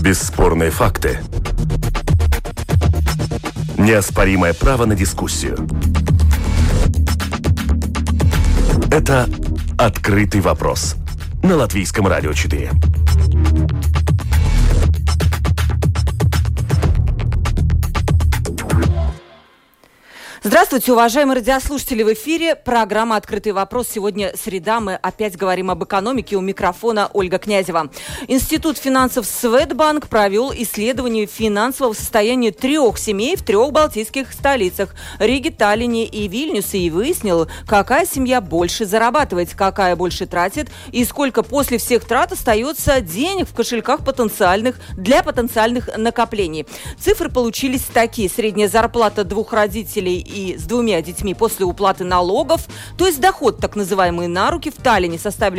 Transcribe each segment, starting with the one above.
Бесспорные факты. Неоспоримое право на дискуссию. Это «Открытый вопрос» на Латвийском радио 4. Здравствуйте, уважаемые радиослушатели, в эфире программа «Открытый вопрос». Сегодня среда, мы опять говорим об экономике. У микрофона Ольга Князева. Институт финансов Swedbank провел исследование финансового состояния 3 семей в 3 балтийских столицах – Риге, Таллине и Вильнюсе, и выяснил, какая семья больше зарабатывает, какая больше тратит и сколько после всех трат остается денег в кошельках для потенциальных накоплений. Цифры получились такие. Средняя зарплата 2 родителей и с 2 детьми после уплаты налогов, то есть доход так называемый на руки, в Таллине составили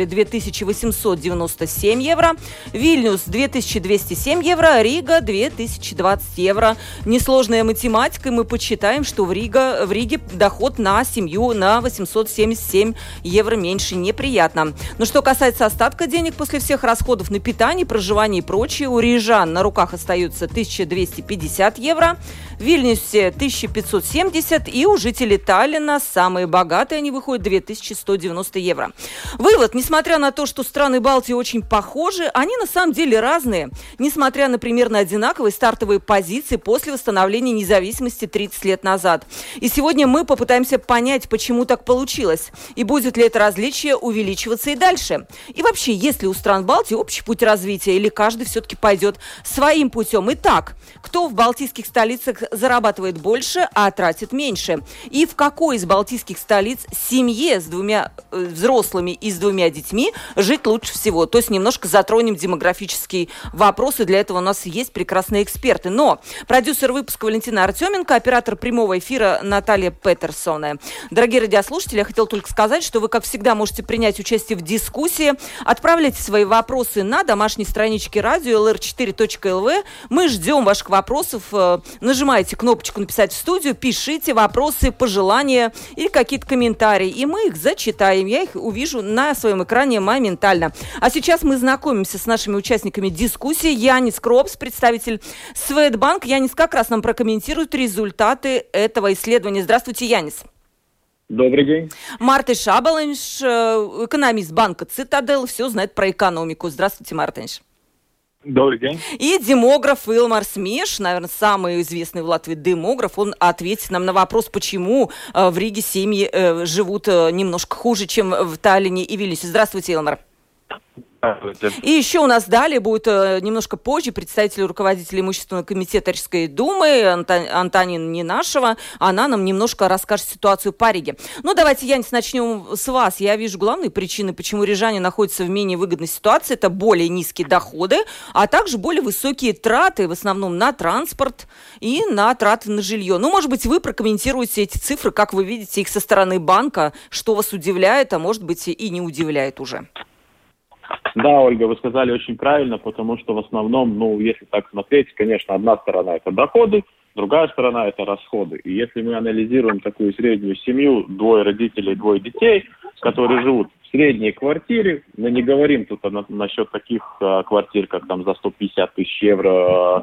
2897 евро, Вильнюс 2207 евро, Рига 2020 евро. Несложная математика, и мы подсчитаем, что в Риге доход на семью на 877 евро меньше. Неприятно. Но что касается остатка денег после всех расходов на питание, проживание и прочее, у рижан на руках остается 1250 евро, в Вильнюсе 1570 и у жителей Таллина, самые богатые, они выходят 2190 евро. Вывод: несмотря на то, что страны Балтии очень похожи, они на самом деле разные, несмотря на примерно одинаковые стартовые позиции после восстановления независимости 30 лет назад. И сегодня мы попытаемся понять, почему так получилось, и будет ли это различие увеличиваться и дальше. И вообще, есть ли у стран Балтии общий путь развития, или каждый все-таки пойдет своим путем. Итак, кто в балтийских столицах зарабатывает больше, а тратит меньше? И в какой из балтийских столиц семье с 2 взрослыми и с 2 детьми жить лучше всего? То есть немножко затронем демографические вопросы. Для этого у нас есть прекрасные эксперты. Но продюсер выпуска Валентина Артеменко, оператор прямого эфира Наталья Петерсоне. Дорогие радиослушатели, я хотела только сказать, что вы, как всегда, можете принять участие в дискуссии. Отправляйте свои вопросы на домашней страничке радио lr4.lv. Мы ждем ваших вопросов. Нажимайте кнопочку «Написать в студию», пишите вопросы, пожелания или какие-то комментарии, и мы их зачитаем. Я их увижу на своем экране моментально. А сейчас мы знакомимся с нашими участниками дискуссии. Янис Кропс, представитель Swedbank. Янис как раз нам прокомментирует результаты этого исследования. Здравствуйте, Янис. Добрый день. Мартин Шабалинш, экономист банка «Цитадель», все знает про экономику. Здравствуйте, Мартинш. Добрый день. И демограф Илмар Смеш, наверное, самый известный в Латвии демограф, он ответит нам на вопрос, почему в Риге семьи живут немножко хуже, чем в Таллине и Вильнюсе. Здравствуйте, Илмар. И еще у нас далее будет немножко позже представитель руководителя имущественного комитета Рижской думы Антонина Нинашева. Она нам немножко расскажет ситуацию по Риге. Ну, давайте, Янис, начнем с вас. Я вижу главные причины, почему рижане находятся в менее выгодной ситуации. Это более низкие доходы, а также более высокие траты, в основном на транспорт и на траты на жилье. Ну, может быть, вы прокомментируете эти цифры, как вы видите их со стороны банка, что вас удивляет, а может быть и не удивляет уже. Да, Ольга, вы сказали очень правильно, потому что в основном, если так смотреть, конечно, одна сторона это доходы, другая сторона это расходы. И если мы анализируем такую среднюю семью, 2 родителей, 2 детей, которые живут в средней квартире, мы не говорим тут насчет таких квартир, как там за 150 тысяч евро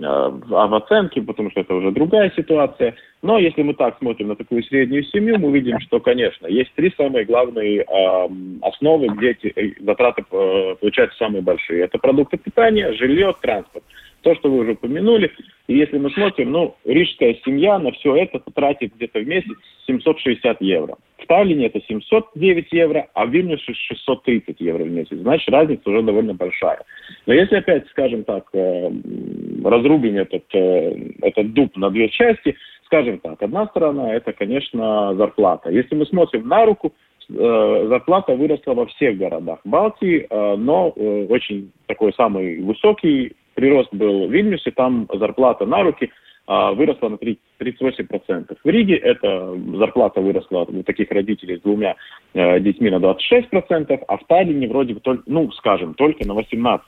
в оценке, потому что это уже другая ситуация. Но если мы так смотрим на такую среднюю семью, мы видим, что, конечно, есть 3 самые главные основы, где эти затраты получаются самые большие. Это продукты питания, жилье, транспорт. То, что вы уже упомянули. И если мы смотрим, рижская семья на все это тратит где-то в месяц 760 евро. В Таллине это 709 евро, а в Вильнюсе 630 евро в месяц. Значит, разница уже довольно большая. Но если опять, скажем так, разрубим этот дуб на 2 части, скажем так, одна сторона это, конечно, зарплата. Если мы смотрим на руку, зарплата выросла во всех городах Балтии, но очень такой самый высокий прирост был в Вильнюсе, там зарплата на руки выросла на 38%. В Риге эта зарплата выросла у таких родителей с 2 детьми на 26%, а в Таллине вроде бы только на 18%.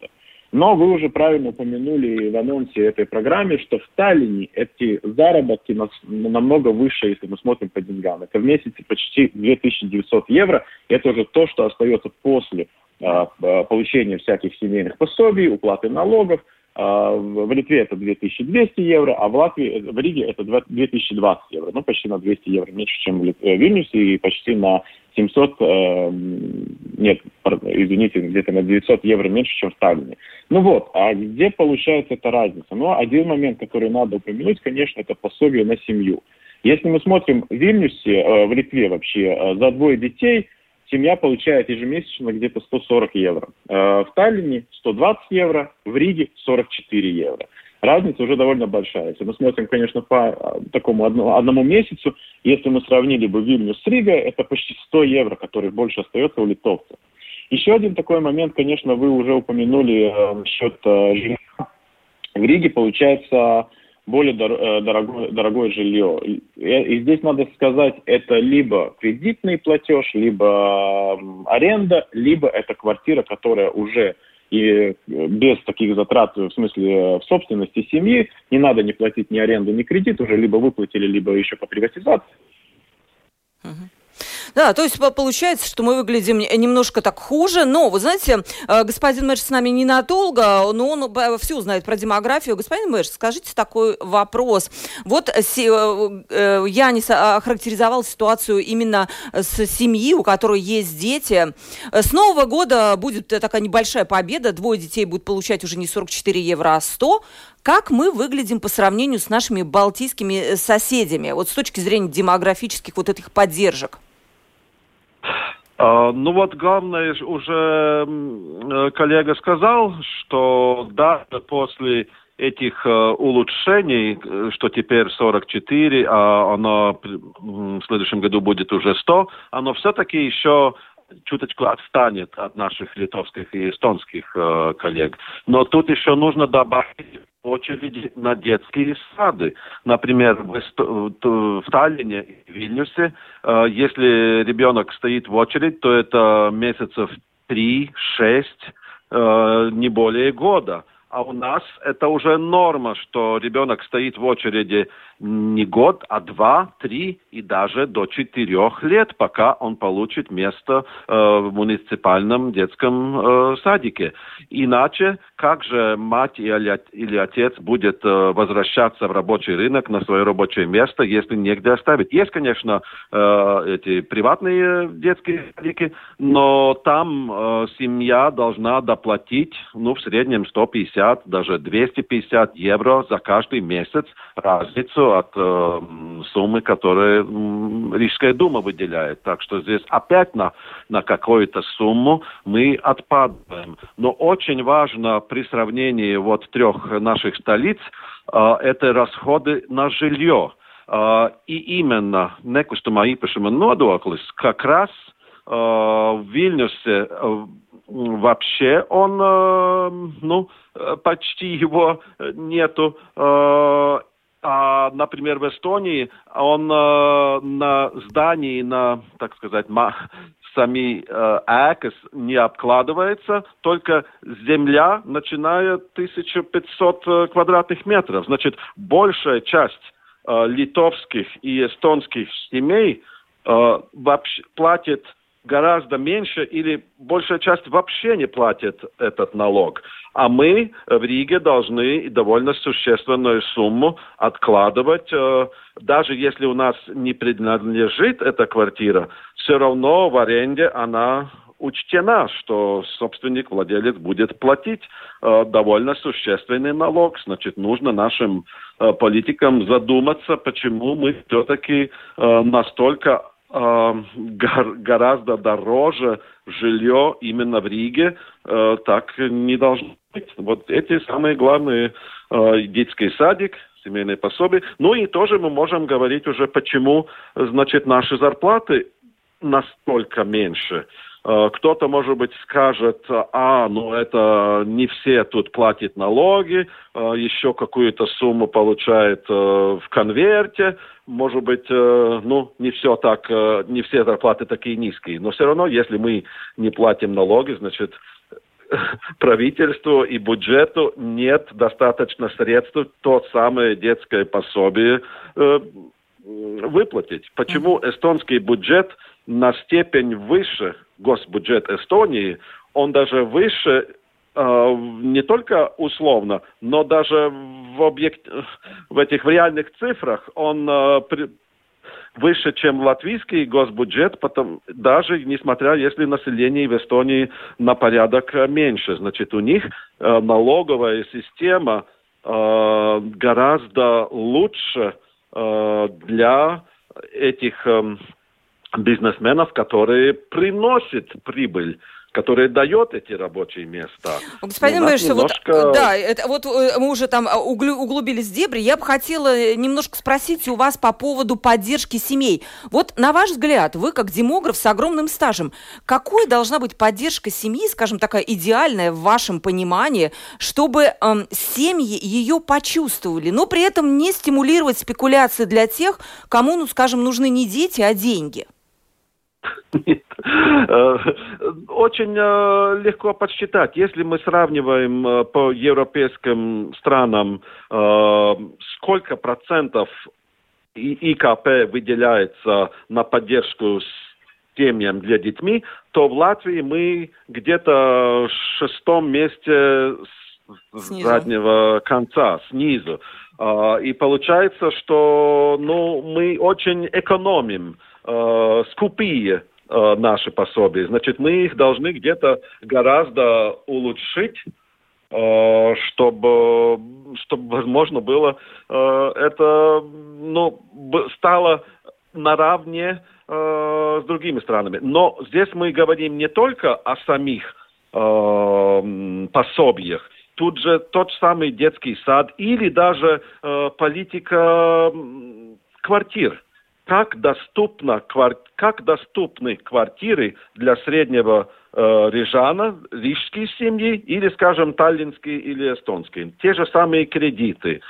Но вы уже правильно упомянули в анонсе этой программы, что в Таллине эти заработки намного выше, если мы смотрим по деньгам. Это в месяц почти 2900 евро. Это уже то, что остается после получения всяких семейных пособий, уплаты налогов. В Литве это 2200 евро, а в Латвии, в Риге это 2020 евро. Ну, почти на 200 евро меньше, чем в Вильнюсе, и почти на 700, где-то на 900 евро меньше, чем в Таллине. Ну вот, а где получается эта разница? Ну, один момент, который надо упомянуть, конечно, это пособие на семью. Если мы смотрим в Вильнюсе, в Литве вообще, за 2 детей семья получает ежемесячно где-то 140 евро. В Таллине 120 евро, в Риге 44 евро. Разница уже довольно большая. Если мы смотрим, конечно, по такому одному месяцу, если мы сравнили бы Вильнюс с Ригой, это почти 100 евро, которые больше остается у литовцев. Еще один такой момент, конечно, вы уже упомянули насчет жилья. В Риге получается более дорогое жилье. И здесь надо сказать, это либо кредитный платеж, либо аренда, либо это квартира, которая уже и без таких затрат, в смысле в собственности семьи, не надо не платить ни аренду, ни кредит, уже либо выплатили, либо еще по приватизации. Да, то есть получается, что мы выглядим немножко так хуже, но, вы знаете, господин Мэш с нами ненадолго, но он все знает про демографию. Господин Мэш, скажите такой вопрос. Вот Янис охарактеризовал ситуацию именно с семьи, у которой есть дети. С Нового года будет такая небольшая победа, 2 детей будут получать уже не 44 евро, а 100. Как мы выглядим по сравнению с нашими балтийскими соседями, вот с точки зрения демографических вот этих поддержек? Ну вот главное, уже коллега сказал, что даже после этих улучшений, что теперь 44, а оно в следующем году будет уже 100, оно все-таки еще чуточку отстанет от наших литовских и эстонских коллег. Но тут еще нужно добавить очереди на детские сады. Например, в Таллине и Вильнюсе, если ребенок стоит в очередь, то это месяцев 3-6, не более года. А у нас это уже норма, что ребенок стоит в очереди не год, а 2, 3 и даже до 4 лет, пока он получит место в муниципальном детском садике. Иначе, как же мать или отец будет возвращаться в рабочий рынок на свое рабочее место, если негде оставить? Есть, конечно, эти приватные детские садики, но там семья должна доплатить, в среднем 150, даже 250 евро за каждый месяц, разницу от суммы, которую Рижская дума выделяет. Так что здесь опять на какую-то сумму мы отпадаем. Но очень важно при сравнении 3 наших столиц это расходы на жилье. И именно некустамā īpašuma nodoklis как раз в Вильнюсе вообще он, почти его нету. А, например, в Эстонии он на здании, так сказать, сами ЭКС не обкладывается, только земля, начиная 1500 квадратных метров. Значит, большая часть литовских и эстонских семей вообще платит гораздо меньше или большая часть вообще не платит этот налог. А мы в Риге должны довольно существенную сумму откладывать. Даже если у нас не принадлежит эта квартира, все равно в аренде она учтена, что собственник, владелец будет платить довольно существенный налог. Значит, нужно нашим политикам задуматься, почему мы все-таки настолько гораздо дороже жилье именно в Риге, так не должно быть. Вот эти самые главные: детский садик, семейные пособия. Ну и тоже мы можем говорить уже, почему, значит, наши зарплаты настолько меньше. Кто-то, может быть, скажет, это не все тут платят налоги, еще какую-то сумму получает в конверте, может быть, не все так, не все зарплаты такие низкие, но все равно, если мы не платим налоги, значит, правительству и бюджету нет достаточно средств то самое детское пособие выплатить. Почему эстонский бюджет на степень выше госбюджет Эстонии, он даже выше не только условно, но даже в этих реальных цифрах он выше, чем латвийский госбюджет, даже несмотря, если население в Эстонии на порядок меньше. Значит, у них налоговая система гораздо лучше для этих бизнесменов, которые приносят прибыль, которые дает эти рабочие места. Господин Мэш, немножко... мы уже там углубились в дебри. Я бы хотела немножко спросить у вас по поводу поддержки семей. Вот на ваш взгляд, вы как демограф с огромным стажем, какой должна быть поддержка семьи, скажем, такая идеальная в вашем понимании, чтобы семьи ее почувствовали, но при этом не стимулировать спекуляции для тех, кому, скажем, нужны не дети, а деньги? Нет. Очень легко подсчитать. Если мы сравниваем по европейским странам, сколько процентов ИКП выделяется на поддержку семьям для детьми, то в Латвии мы где-то в 6-м месте с заднего конца, снизу. И получается, что мы очень экономим скупые наши пособия. Значит, мы их должны где-то гораздо улучшить, чтобы возможно было это стало наравне с другими странами. Но здесь мы говорим не только о самих пособиях. Тут же тот же самый детский сад или даже политика квартир. Как доступны квартиры для среднего рижана, рижские семьи или, скажем, таллинские или эстонские. Те же самые кредиты.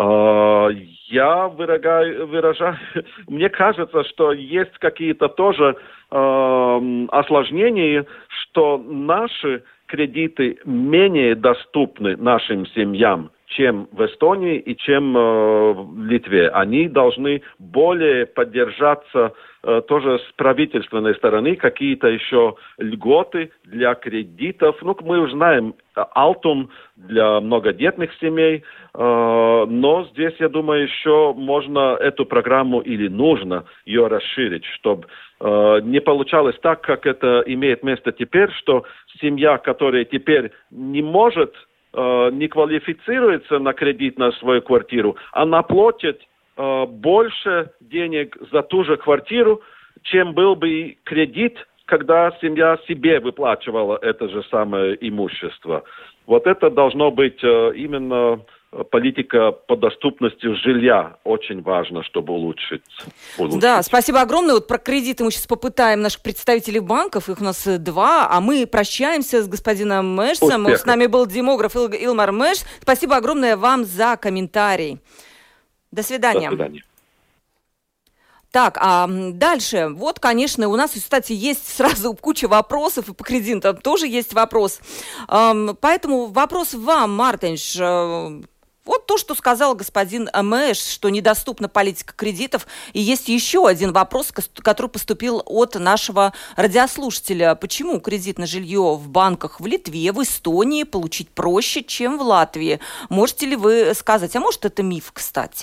Я выражаю, мне кажется, что есть какие-то тоже осложнения, что наши кредиты менее доступны нашим семьям, чем в Эстонии и чем в Литве. Они должны более поддержаться тоже с правительственной стороны, какие-то еще льготы для кредитов. Мы уже знаем, Алтум для многодетных семей, но здесь, я думаю, еще можно эту программу или нужно ее расширить, чтобы не получалось так, как это имеет место теперь, что семья, которая теперь не может, не квалифицируется на кредит на свою квартиру, она платит больше денег за ту же квартиру, чем был бы кредит, когда семья себе выплачивала это же самое имущество. Вот это должно быть именно политика по доступности жилья. Очень важно, чтобы улучшить. Да, спасибо огромное. Вот про кредиты мы сейчас попытаем наших представителей банков. Их у нас 2, а мы прощаемся с господином Мэшем. С нами был демограф Илмар Мэш. Спасибо огромное вам за комментарий. До свидания. До свидания. Так, а дальше, вот, конечно, у нас, кстати, есть сразу куча вопросов, и по кредитам тоже есть вопрос. Поэтому вопрос вам, Мартинш. Вот то, что сказал господин Мэш, что недоступна политика кредитов. И есть еще один вопрос, который поступил от нашего радиослушателя. Почему кредит на жилье в банках в Литве, в Эстонии получить проще, чем в Латвии? Можете ли вы сказать? А может, это миф, кстати?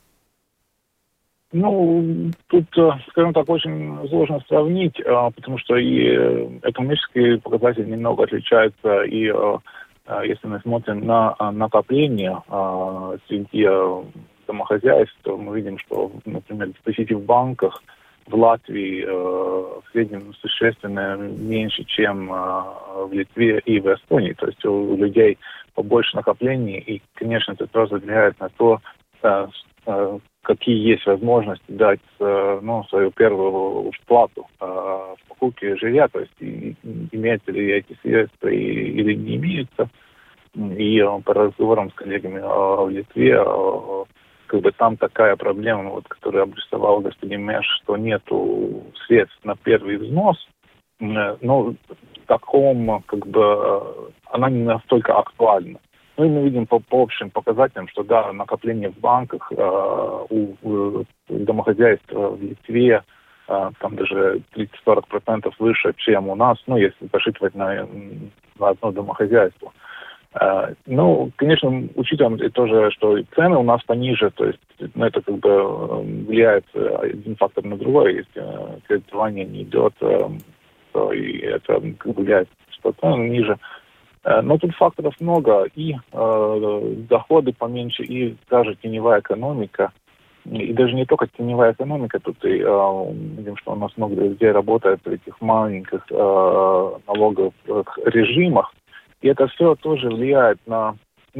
Тут, скажем так, очень сложно сравнить, потому что и экономические показатели немного отличаются, и если мы смотрим на накопление среди домохозяйств, то мы видим, что, например, депозиты в банках в Латвии в среднем существенно меньше, чем в Литве и в Эстонии. То есть у людей побольше накоплений, и, конечно, это тоже влияет на то, какие есть возможности дать свою первую вплату в покупке жилья, то есть имеются ли эти средства или не имеются. И по разговорам с коллегами в Литве, там такая проблема, которую обрисовал господин Мэш, что нету средств на первый взнос, но таком, она не настолько актуальна. И мы видим по общим показателям, что да, накопление в банках у домохозяйств в Литве там даже 30-40% выше, чем у нас, если посчитывать на одно домохозяйство. Ну, конечно, учитывая тоже, что цены у нас пониже, то есть это как бы влияет один фактор на другой. Если кредитование не идет, то и это как бы влияет, что цены ниже. Но тут факторов много. И доходы поменьше, и даже теневая экономика. И даже не только теневая экономика, тут и видим, что у нас много людей работает в этих маленьких налоговых режимах. И это все тоже влияет на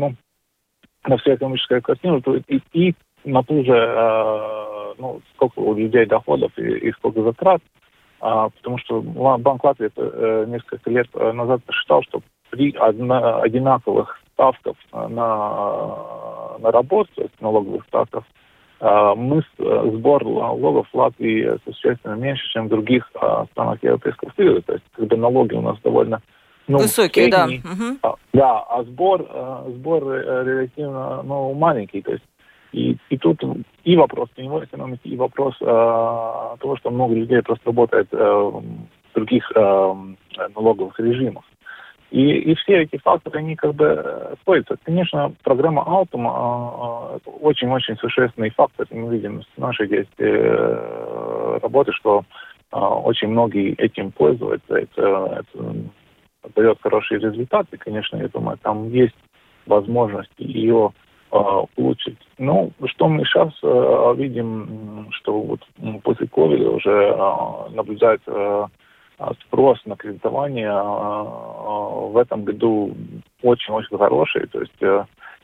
всю экономическую картину и на ту же, сколько у людей доходов и сколько затрат. Потому что Банк Латвии несколько лет назад посчитал, что при одинаковых ставках на работу, то есть налоговых ставках, сбор налогов в Латвии существенно меньше, чем в других странах Европейского Союза. То есть когда налоги у нас довольно высокие, средний, да. А сбор релятивно маленький. То есть и тут и вопрос теневой экономики, и вопрос того, что много людей просто работает в других налоговых режимах. И все эти факторы, они как бы сходятся. Конечно, программа Autumn это очень-очень существенный фактор. Мы видим с нашей здесь работы, что очень многие этим пользуются. Это дает хорошие результаты. Конечно, я думаю, там есть возможность ее улучшить. Но что мы сейчас видим, что вот после COVID уже наблюдается спрос на кредитование в этом году очень-очень хороший. То есть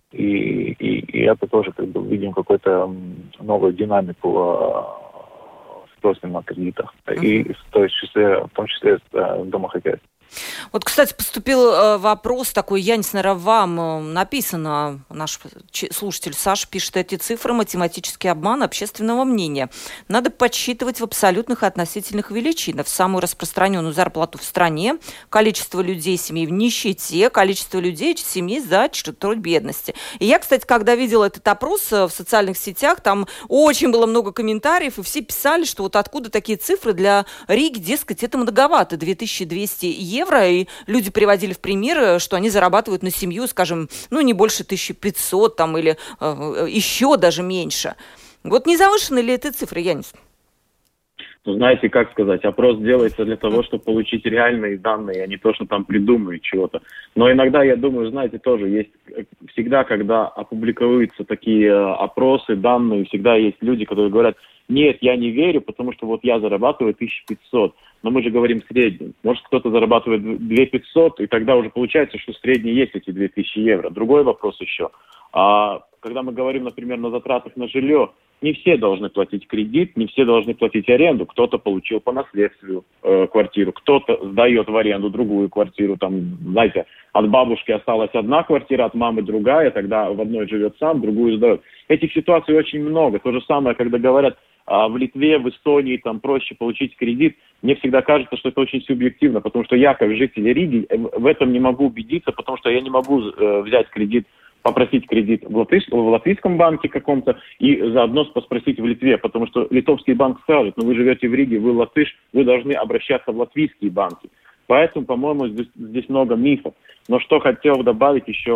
и это тоже как бы видим какую-то новую динамику спроса на кредитах. И в том числе домохозяйств. Вот, кстати, поступил вопрос такой, Янис, наверное, вам написано, наш слушатель Саша пишет, эти цифры математический обман общественного мнения. Надо подсчитывать в абсолютных и относительных величинах. Самую распространенную зарплату в стране, количество людей семей в нищете, количество людей семей за чертой бедности. И я, кстати, когда видела этот опрос в социальных сетях, там очень было много комментариев, и все писали, что вот откуда такие цифры для Риги, дескать, это многовато, 2200 евро, и люди приводили в пример, что они зарабатывают на семью, скажем, не больше 1500 там, или еще даже меньше. Вот не завышены ли эти цифры, Янис? Знаете, как сказать, опрос делается для того, чтобы получить реальные данные, а не то, что там придумают чего-то. Но иногда, я думаю, знаете, тоже есть, всегда, когда опубликовываются такие опросы, данные, всегда есть люди, которые говорят, нет, я не верю, потому что вот я зарабатываю 1500, но мы же говорим в среднем. Может, кто-то зарабатывает 2500, и тогда уже получается, что средний есть эти 2000 евро. Другой вопрос еще. Когда мы говорим, например, на затратах на жилье, не все должны платить кредит, не все должны платить аренду. Кто-то получил по наследству квартиру, кто-то сдает в аренду другую квартиру. Там, знаете, от бабушки осталась одна квартира, от мамы другая, тогда в одной живет сам, другую сдает. Этих ситуаций очень много. То же самое, когда говорят, в Литве, в Эстонии там проще получить кредит. Мне всегда кажется, что это очень субъективно, потому что я, как житель Риги, в этом не могу убедиться, потому что я не могу взять кредит, попросить кредит в латвийском банке каком-то и заодно спросить в Литве, потому что литовский банк скажет, вы живете в Риге, вы латыш, вы должны обращаться в латвийские банки. Поэтому, по-моему, здесь много мифов. Но что хотел добавить еще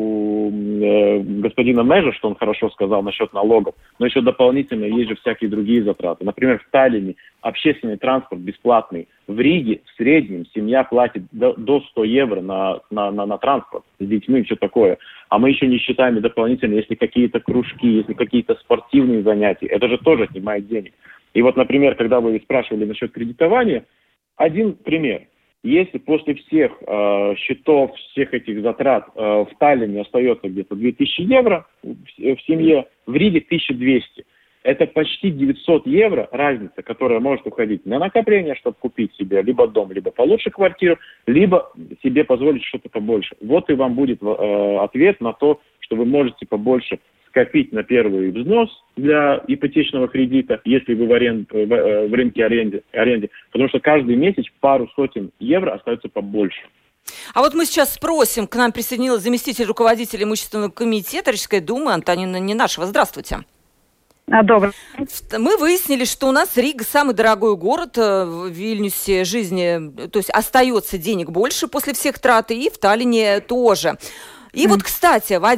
у господина Межа, что он хорошо сказал насчет налогов, но еще дополнительно есть же всякие другие затраты. Например, в Таллине общественный транспорт бесплатный. В Риге в среднем семья платит до 100 евро на транспорт с детьми и все такое. А мы еще не считаем дополнительно, если какие-то кружки, если какие-то спортивные занятия. Это же тоже отнимает денег. И вот, например, когда вы спрашивали насчет кредитования, один пример. Если после всех счетов, всех этих затрат в Таллине остается где-то 2000 евро в семье, в Риге 1200. Это почти 900 евро разница, которая может уходить на накопление, чтобы купить себе либо дом, либо получше квартиру, либо себе позволить что-то побольше. Вот и вам будет ответ на то, что вы можете побольше скопить на первый взнос для ипотечного кредита, если вы в рынке аренды, потому что каждый месяц пару сотен евро остается побольше. А вот мы сейчас спросим, к нам присоединилась заместитель руководителя имущественного комитета Рижской думы Антонина Ненашева. Здравствуйте. Добрый. Мы выяснили, что у нас Рига самый дорогой город, в Вильнюсе жизни, то есть остается денег больше после всех трат, и в Таллине тоже. И вот, кстати, одна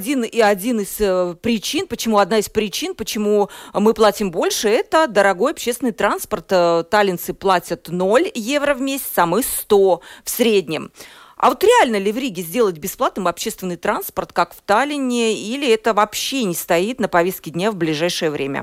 из причин, почему мы платим больше, это дорогой общественный транспорт. Таллинцы платят 0 евро в месяц, а мы 100 в среднем. А вот реально ли в Риге сделать бесплатным общественный транспорт, как в Таллине, или это вообще не стоит на повестке дня в ближайшее время?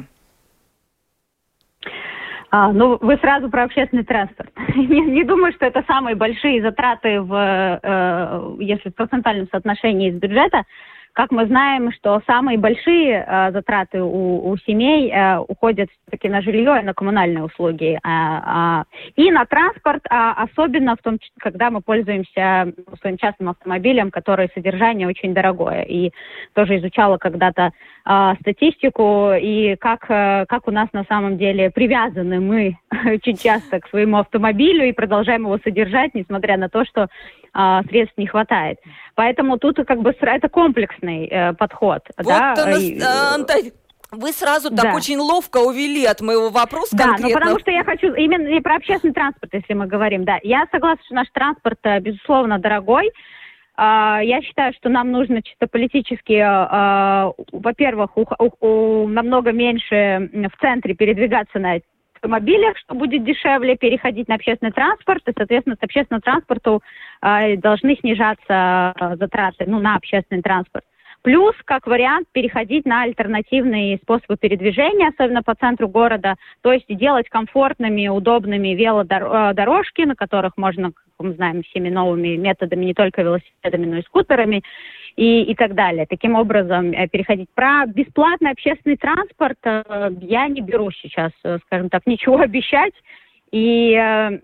Вы сразу про общественный транспорт. Не думаю, что это самые большие затраты, если в процентуальном соотношении из бюджета. Как мы знаем, что самые большие затраты у семей уходят все-таки на жилье и на коммунальные услуги. И на транспорт, особенно в том, когда мы пользуемся своим частным автомобилем, который содержание очень дорогое. И тоже изучала когда-то статистику, и как у нас на самом деле привязаны мы очень часто к своему автомобилю и продолжаем его содержать, несмотря на то, что средств не хватает. Поэтому тут это комплексный подход. Вот, да? Антон, вы сразу так очень ловко увели от моего вопроса конкретно. Да, потому что я хочу именно и про общественный транспорт, если мы говорим. Да, я согласна, что наш транспорт, безусловно, дорогой. Я считаю, что нам нужно чисто политически, во-первых, намного меньше в центре передвигаться на автомобилях, что будет дешевле, переходить на общественный транспорт, и, соответственно, с общественного транспорта должны снижаться затраты на общественный транспорт. Плюс, как вариант, переходить на альтернативные способы передвижения, особенно по центру города, то есть делать комфортными, удобными велодорожки, на которых можно, как мы знаем, всеми новыми методами, не только велосипедами, но и скутерами, и так далее. Таким образом, переходить. Про бесплатный общественный транспорт я не беру сейчас, скажем так, ничего обещать. И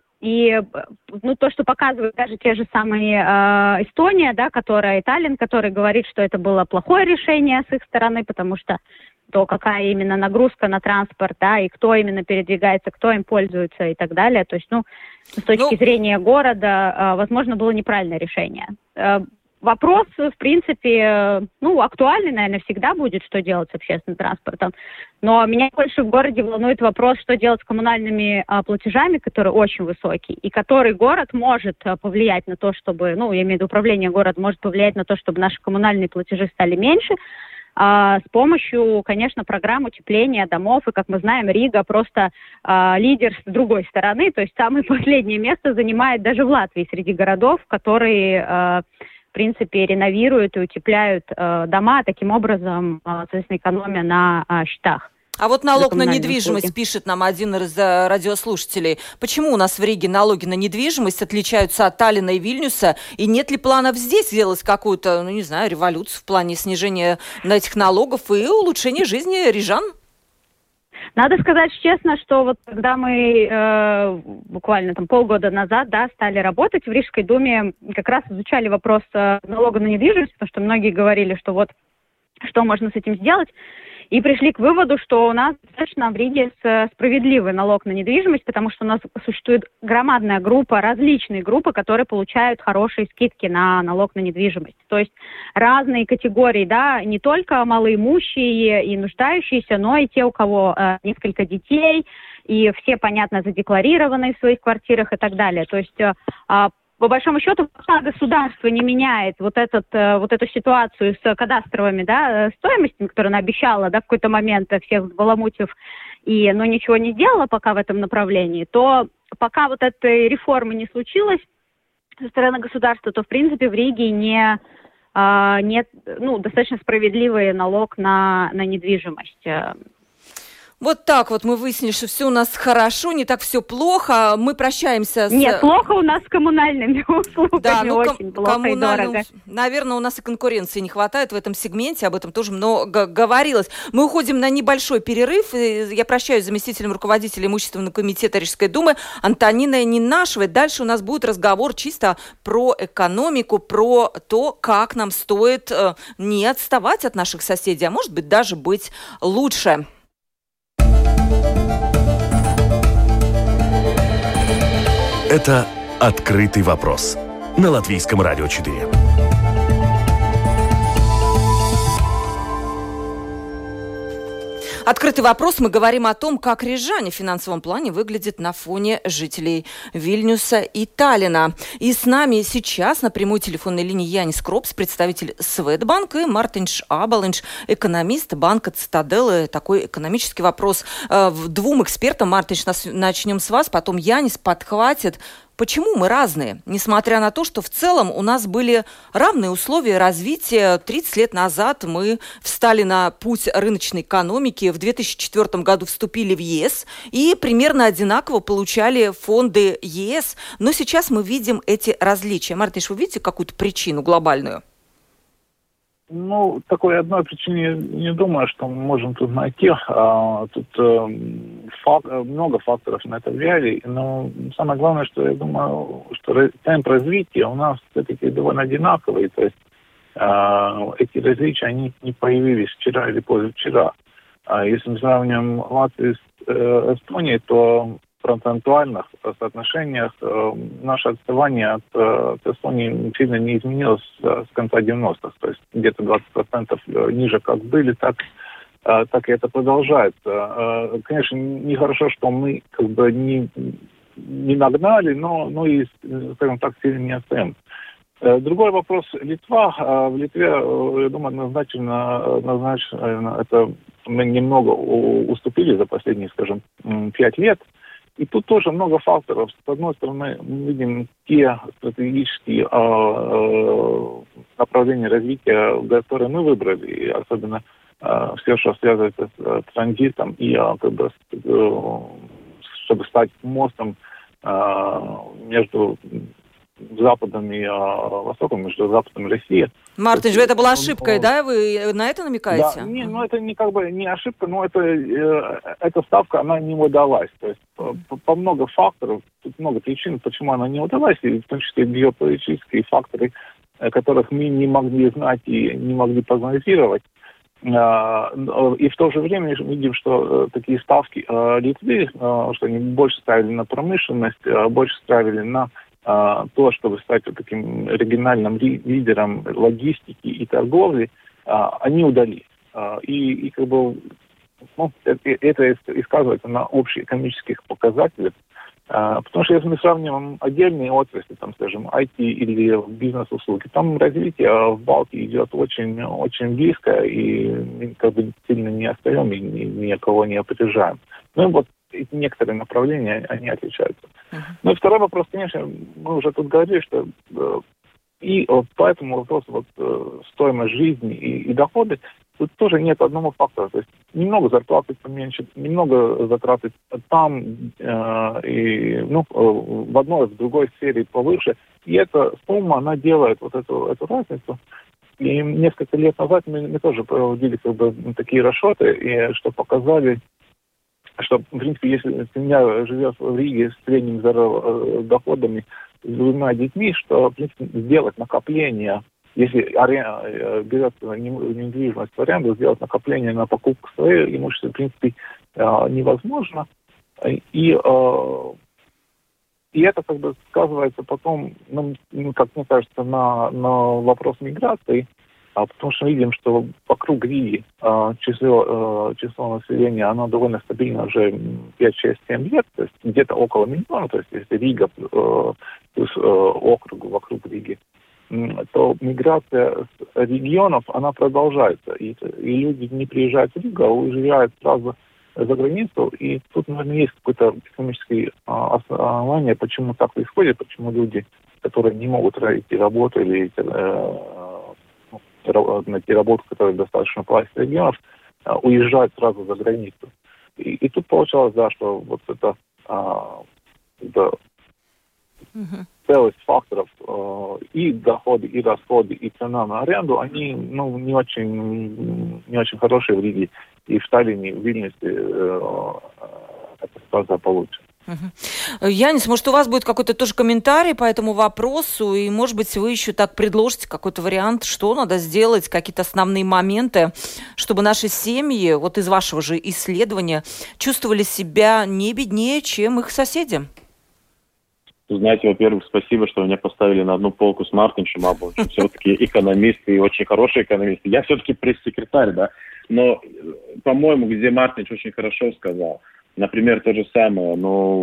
то, что показывают даже те же самые Эстония, да, и Таллин, который говорит, что это было плохое решение с их стороны, потому что то, какая именно нагрузка на транспорт, да, и кто именно передвигается, кто им пользуется и так далее. То есть, с точки зрения города, возможно, было неправильное решение. Вопрос, в принципе, актуальный, наверное, всегда будет, что делать с общественным транспортом. Но меня больше в городе волнует вопрос, что делать с коммунальными платежами, которые очень высокие, и который город может повлиять на то, чтобы, я имею в виду управление города, может повлиять на то, чтобы наши коммунальные платежи стали меньше, с помощью, конечно, программ утепления домов. И, как мы знаем, Рига просто лидер с другой стороны, то есть самое последнее место занимает даже в Латвии среди городов, которые в принципе, реновируют и утепляют дома, таким образом, соответственно, экономя на счетах. А вот налог на недвижимость, пишет нам один из радиослушателей. Почему у нас в Риге налоги на недвижимость отличаются от Таллина и Вильнюса? И нет ли планов здесь сделать какую-то, революцию в плане снижения этих налогов и улучшения жизни рижан? Надо сказать честно, что вот когда мы буквально полгода назад стали работать в Рижской думе, как раз изучали вопрос налога на недвижимость, потому что многие говорили, что что можно с этим сделать, и пришли к выводу, что у нас достаточно в Риге справедливый налог на недвижимость, потому что у нас существует громадная группа, различные группы, которые получают хорошие скидки на налог на недвижимость. То есть разные категории, не только малоимущие и нуждающиеся, но и те, у кого несколько детей, и все, понятно, задекларированы в своих квартирах и так далее. То есть по большому счету, пока государство не меняет вот эту ситуацию с кадастровыми стоимостями, которые она обещала в какой-то момент всех взбаламутив, но ничего не сделала пока в этом направлении, то пока вот этой реформы не случилось со стороны государства, то в принципе в Риге нет достаточно справедливый налог на недвижимость. Вот так вот мы выяснили, что все у нас хорошо, не так все плохо. Мы прощаемся с... Нет, плохо у нас с коммунальными услугами, очень плохо и дорого. Наверное, у нас и конкуренции не хватает в этом сегменте, об этом тоже много говорилось. Мы уходим на небольшой перерыв. Я прощаюсь с заместителем руководителя имущественного комитета Рижской думы Антониной Нинашевой. Дальше у нас будет разговор чисто про экономику, про то, как нам стоит не отставать от наших соседей, а может быть даже быть лучше. Это «Открытый вопрос» на Латвийском радио 4. Открытый вопрос. Мы говорим о том, как Рижане в финансовом плане выглядят на фоне жителей Вильнюса и Таллина. И с нами сейчас на прямой телефонной линии Янис Кропс, представитель Swedbank, и Мартинš Āboliņš, экономист банка Цитаделы. Такой экономический вопрос двум экспертам. Мартинš, начнем с вас, потом Янис подхватит. Почему мы разные? Несмотря на то, что в целом у нас были равные условия развития. 30 лет назад мы встали на путь рыночной экономики, в 2004 году вступили в ЕС и примерно одинаково получали фонды ЕС. Но сейчас мы видим эти различия. Мартинš, вы видите какую-то причину глобальную? Ну, такой одной причины не думаю, что мы можем тут найти. Тут много факторов на это влияли. Но самое главное, что я думаю, что темп развития у нас все-таки довольно одинаковый. То есть эти различия, они не появились вчера или позавчера. Если мы сравним Латвию с Эстонией, то в процентуальных соотношениях наше отставание от Эстонии сильно не изменилось с конца 90-х. То есть где-то 20% ниже как были, так и это продолжается. Конечно, нехорошо, что мы как бы не нагнали, но и, скажем так, сильно не отстаем. Другой вопрос. Литва. В Литве, я думаю, однозначно это мы немного уступили за последние, скажем, 5 лет. И тут тоже много факторов. С одной стороны, мы видим те стратегические направления развития, которые мы выбрали, и особенно все, что связывается с транзитом, и чтобы стать мостом между Западом и Востоком, между Западом и Россией. Мартинš, это была ошибкой, да? Вы на это намекаете? Да, это не ошибка, но эта ставка, она не удалась. То есть по много факторов, тут много причин, почему она не удалась, и в том числе геополитические факторы, которых мы не могли знать и не могли прогнозировать. И в то же время мы видим, что такие ставки Литвы, что они больше ставили на промышленность, больше ставили на то, чтобы стать вот таким региональным лидером логистики и торговли, они удались. И как бы это и сказывается на общих экономических показателях. Потому что если мы сравниваем отдельные отрасли, там, скажем, IT или бизнес-услуги, там развитие в Балтии идет очень, очень близко, и мы как бы сильно не отстаем и никого не опережаем. Ну и вот эти некоторые направления, они отличаются. Ну и второй вопрос, конечно, мы уже тут говорили, что и по этому вопросу стоимость жизни и доходы, тут тоже нет одного фактора. То есть немного зарплаты поменьше, немного затраты там, и в одной, в другой сфере повыше. И эта сумма, она делает вот эту разницу. И несколько лет назад мы тоже проводили такие расчеты, и что показали, что, в принципе, если семья живет в Риге с средними доходами, с двумя детьми, что, в принципе, сделать накопление, если берется недвижимость в аренду, сделать накопление на покупку своего имущества, в принципе, невозможно. И это как бы сказывается потом, как мне кажется, на вопрос миграции, потому что мы видим, что вокруг Риги число населения, оно довольно стабильно уже 5, 6, 7 лет, то есть где-то около миллиона, то есть если Рига плюс округ вокруг Риги, то миграция с регионов, она продолжается, и люди не приезжают в Ригу, а уезжают сразу за границу, и тут, наверное, есть какое-то экономическое основание, почему так происходит, почему люди, которые не могут найти работу или найти работу, которая достаточно платит регионов, уезжают сразу за границу. И тут получалось, да, что вот это целость факторов, и доходы, и расходы, и цена на аренду, они не очень хорошие в Риге. И в Таллине, и в Вильнюсе эта ситуация получше. Янис, может, у вас будет какой-то тоже комментарий по этому вопросу, и, может быть, вы еще так предложите какой-то вариант, что надо сделать, какие-то основные моменты, чтобы наши семьи, вот из вашего же исследования, чувствовали себя не беднее, чем их соседи? Знаете, во-первых, спасибо, что меня поставили на одну полку с Мартиншем Аболчем. Все-таки экономист и очень хороший экономист. Я все-таки пресс-секретарь, да. Но, по-моему, где Мартинш очень хорошо сказал. Например, то же самое,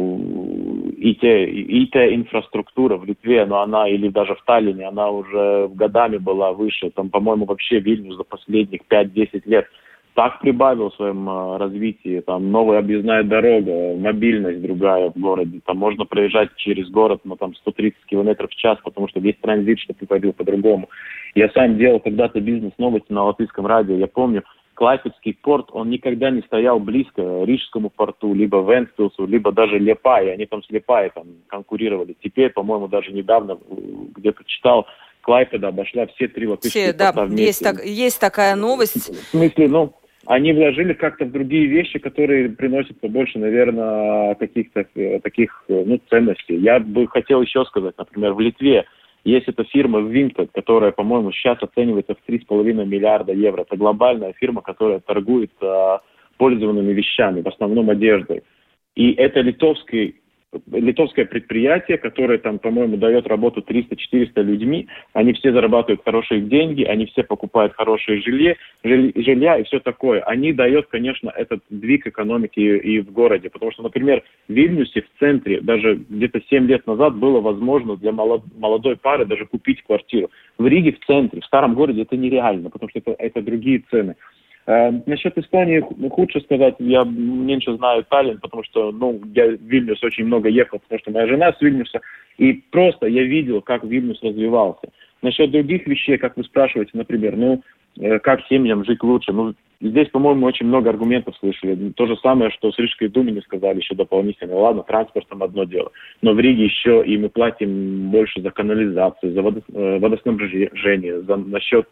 ИТ-инфраструктура в Литве, но она, или даже в Таллине, она уже годами была выше. Там, по-моему, вообще Вильнюс за последних 5-10 лет так прибавил в своем развитии. Там новая объездная дорога, мобильность другая в городе. Там можно проезжать через город, но там 130 км в час, потому что весь транзит что-то пойдет по-другому. Я сам делал когда-то бизнес-новости на Латвийском радио. Я помню, Клайпедский порт, он никогда не стоял близко Рижскому порту, либо Вентспилсу, либо даже Лиепае. Они там с Лиепае там конкурировали. Теперь, по-моему, даже недавно где-то читал, Клайпеда обошла все 3 латвийских порта вместе. Есть такая новость. В смысле, они вложили как-то в другие вещи, которые приносят побольше, наверное, каких-то таких ценностей. Я бы хотел еще сказать, например, в Литве есть эта фирма Vinted, которая, по-моему, сейчас оценивается в 3,5 миллиарда евро. Это глобальная фирма, которая торгует пользованными вещами, в основном одеждой. И это литовское предприятие, которое там, по-моему, дает работу 300-400 людьми. Они все зарабатывают хорошие деньги, они все покупают хорошее жилья и все такое. Они дают, конечно, этот двиг экономики и в городе. Потому что, например, в Вильнюсе, в центре, даже где-то 7 лет назад было возможно для молодой пары даже купить квартиру. В Риге, в центре, в старом городе это нереально, потому что это другие цены. Насчет Эстонии худше сказать, я меньше знаю Таллин, потому что, я в Вильнюс очень много ехал, потому что моя жена с Вильнюса, и просто я видел, как Вильнюс развивался. Насчет других вещей, как вы спрашиваете, например, как семьям жить лучше, здесь, по-моему, очень много аргументов слышали. То же самое, что с Рижской думой не сказали еще дополнительно. Ладно, транспортом одно дело, но в Риге еще и мы платим больше за канализацию, за водоснабжение, насчет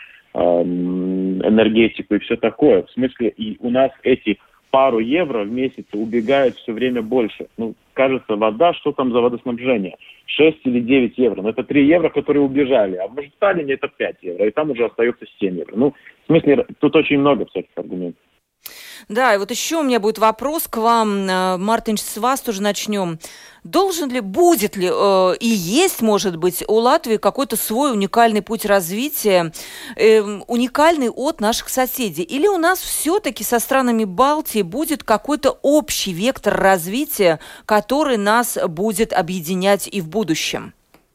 энергетику и все такое. В смысле, и у нас эти пару евро в месяц убегают все время больше. Кажется, вода, что там за водоснабжение? 6 или 9 евро. Но это 3 евро, которые убежали. А может, в Таллине это 5 евро. И там уже остается 7 евро. В смысле, тут очень много всяких аргументов. Да, и вот еще у меня будет вопрос к вам. Мартинш, с вас тоже начнем. Будет ли и есть, может быть, у Латвии какой-то свой уникальный путь развития, уникальный от наших соседей? Или у нас все-таки со странами Балтии будет какой-то общий вектор развития, который нас будет объединять и в будущем?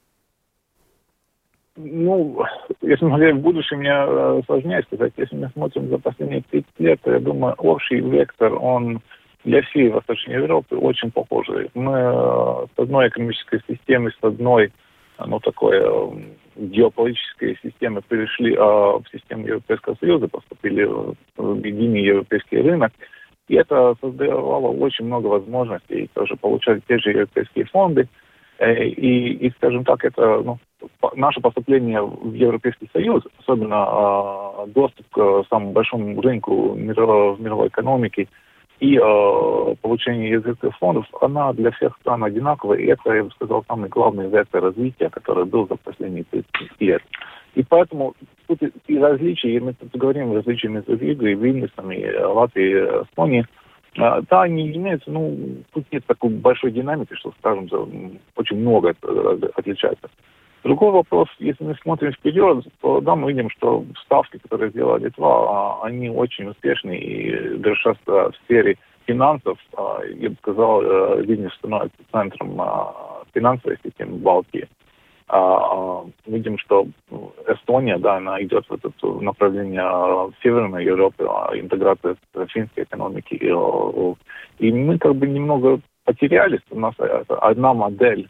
Если мы говорим в будущем, мне сложнее сказать. Если мы смотрим за последние 30 лет, то я думаю, общий вектор, он для всей Восточной Европы очень похожий. Мы с одной экономической системы, с одной, такой геополитической системы перешли в систему Европейского Союза, поступили в единый европейский рынок. И это создавало очень много возможностей тоже получать те же европейские фонды. И скажем так, это наше поступление в Европейский Союз, особенно доступ к самому большому рынку в мировой экономике и получение языковых фондов, она для всех стран одинаковая. И это, я бы сказал, самый главный вектор развития, который был за последние 30 лет. И поэтому тут и различия, и мы тут говорим о различиях между Ригой, Вильнюсом, и Латвией, Эстонией. Да, они имеются, тут нет такой большой динамики, что, скажем, очень много отличается. Другой вопрос, если мы смотрим вперед, то да, мы видим, что ставки, которые сделала Литва, они очень успешны, и даже сейчас в сфере финансов, я бы сказал, Вильнюс становится центром финансовой системы Балтии. Видим, что Эстония, да, она идет в это направление Северной Европы, интеграция финской экономики. И мы немного потерялись. У нас одна модель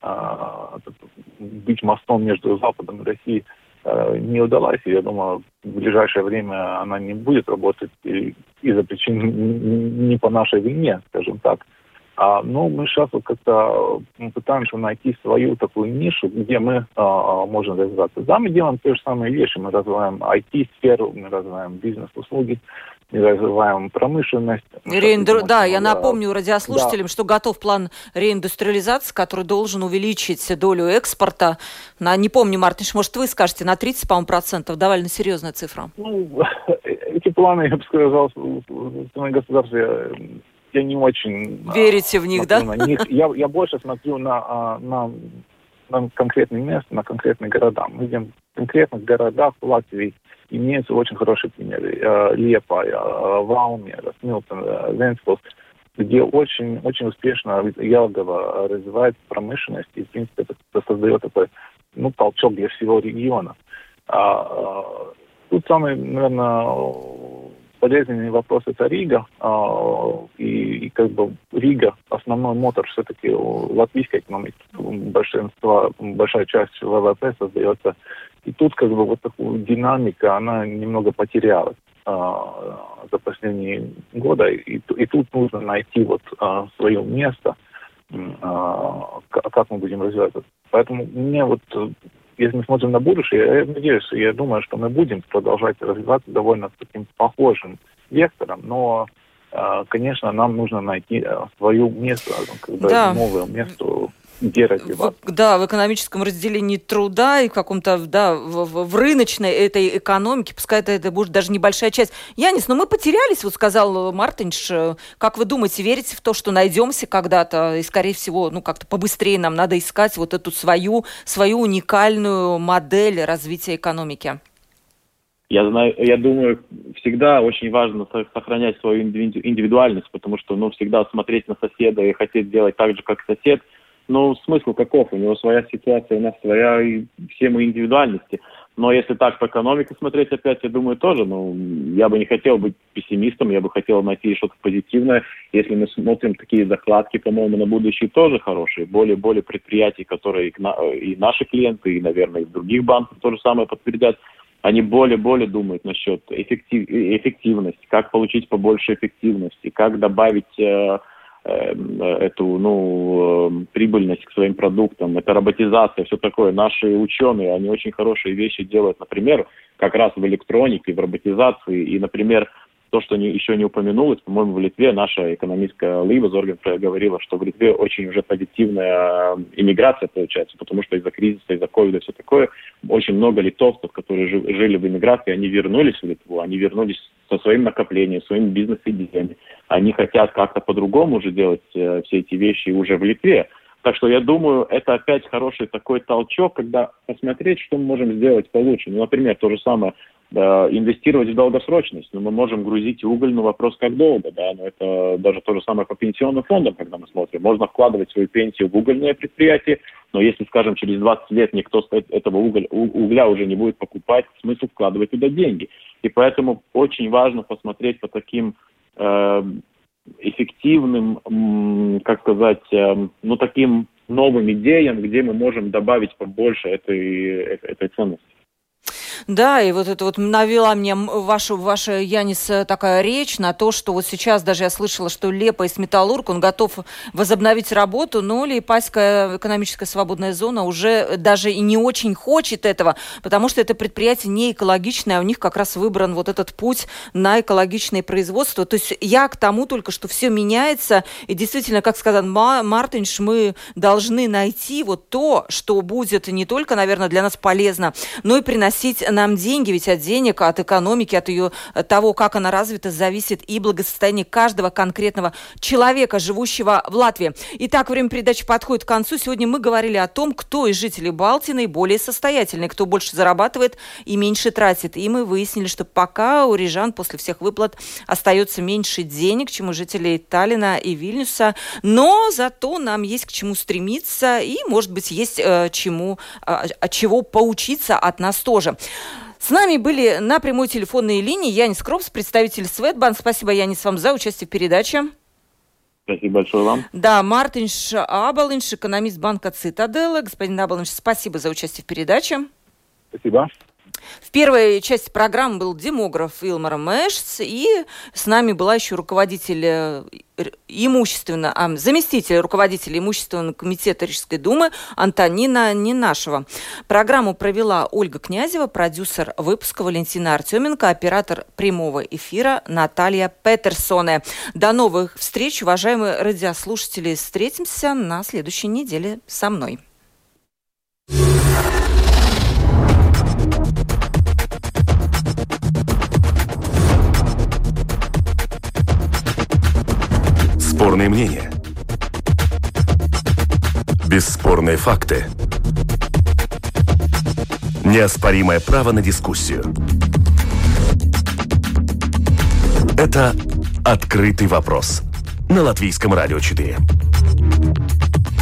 быть мостом между Западом и Россией не удалась. И я думаю, в ближайшее время она не будет работать из-за причин не по нашей вине, скажем так. Но мы сейчас как-то пытаемся найти свою такую нишу, где мы можем развиваться. Да, мы делаем те же самые вещи. Мы развиваем IT-сферу, мы развиваем бизнес-услуги, мы развиваем промышленность. Я напомню радиослушателям, что готов план реиндустриализации, который должен увеличить долю экспорта. Не помню, Мартинш, может, вы скажете, на 30, по-моему, процентов. Довольно серьезная цифра. Эти планы, я бы сказал, в стране государстве я не очень... Верите в них, да? На них. Я больше смотрю на конкретные места, на конкретные города. Мы видим в конкретных городах в Латвии имеются очень хорошие примеры. Лиепая, Валмера, Смилтон, Вентспилс, где очень, очень успешно Jelgava развивает промышленность, и, в принципе, это создает такой, толчок для всего региона. Тут самый, наверное, болезненный вопрос – это Рига. И как бы Рига, основной мотор все-таки латвийской экономики, большая часть ВВП создается. И тут как бы вот такая динамика, она немного потерялась за последние годы. И тут нужно найти свое место, как мы будем развиваться. Поэтому мне если мы смотрим на будущее, я надеюсь, я думаю, что мы будем продолжать развиваться довольно таким похожим вектором, но, конечно, нам нужно найти свое место, новое место, где развиваться. В экономическом разделении труда и в каком-то, в рыночной этой экономике, пускай это будет даже небольшая часть. Янис, но мы потерялись, сказал Мартинш. Как вы думаете, верите в то, что найдемся когда-то, и, скорее всего, как-то побыстрее нам надо искать эту свою уникальную модель развития экономики? Я думаю, всегда очень важно сохранять свою индивидуальность, потому что, всегда смотреть на соседа и хотеть делать так же, как сосед, смысл каков? У него своя ситуация, у нас своя, и все мы индивидуальности. Но если так по экономике смотреть опять, я думаю, тоже, я бы не хотел быть пессимистом, я бы хотел найти что-то позитивное. Если мы смотрим такие закладки, по-моему, на будущее тоже хорошие. Более предприятий, которые и наши клиенты, и, наверное, и других банков то же самое подтвердят. Они более думают насчет эффективности, как получить побольше эффективности, как добавить эту прибыльность к своим продуктам, это роботизация, все такое. Наши ученые, они очень хорошие вещи делают, например, как раз в электронике, в роботизации, и, например, то, что еще не упомянулось, по-моему, в Литве наша экономистка Лива Зорген говорила, что в Литве очень уже позитивная иммиграция получается, потому что из-за кризиса, из-за ковида, все такое, очень много литовцев, которые жили в иммиграции, они вернулись в Литву, они вернулись со своим накоплением, своими бизнес-идеями. Они хотят как-то по-другому уже делать все эти вещи уже в Литве. Так что я думаю, это опять хороший такой толчок, когда посмотреть, что мы можем сделать получше. Например, то же самое, инвестировать в долгосрочность. Мы можем грузить уголь, но вопрос как долго, но это даже то же самое по пенсионным фондам, когда мы смотрим. Можно вкладывать свою пенсию в угольное предприятие, но если, скажем, через 20 лет никто этого угля уже не будет покупать, смысл вкладывать туда деньги. И поэтому очень важно посмотреть по таким эффективным, таким новым идеям, где мы можем добавить побольше этой ценности. Да, и это навела мне ваша, Янис, такая речь на то, что сейчас даже я слышала, что Лиепайс Металлург, он готов возобновить работу, но Лиепайская экономическая свободная зона уже даже и не очень хочет этого, потому что это предприятие не экологичное, а у них как раз выбран этот путь на экологичное производство. То есть я к тому только, что все меняется, и действительно, как сказал Мартинш, мы должны найти то, что будет не только, наверное, для нас полезно, но и приносить нам деньги, ведь от денег, от экономики, от того, как она развита, зависит и благосостояние каждого конкретного человека, живущего в Латвии. Итак, время передачи подходит к концу. Сегодня мы говорили о том, кто из жителей Балтии наиболее состоятельный, кто больше зарабатывает и меньше тратит. И мы выяснили, что пока у рижан после всех выплат остается меньше денег, чем у жителей Таллина и Вильнюса, но зато нам есть к чему стремиться и, может быть, есть чего поучиться от нас тоже. С нами были на прямой телефонной линии Янис Кропс, представитель Swedbank. Спасибо, Янис, вам за участие в передаче. Спасибо большое вам. Да, Мартинш Абалинш, экономист банка Цитаделла. Господин Абалинш, спасибо за участие в передаче. Спасибо. В первой части программы был демограф Илмар Мэшц, и с нами была еще заместитель руководителя имущественного комитета Рижской думы Антонина Ненашева. Программу провела Ольга Князева, продюсер выпуска Валентина Артеменко, оператор прямого эфира Наталья Петерсоне. До новых встреч, уважаемые радиослушатели. Встретимся на следующей неделе со мной. Спорные мнения. Бесспорные факты. Неоспоримое право на дискуссию. Это «Открытый вопрос» на Латвийском радио 4.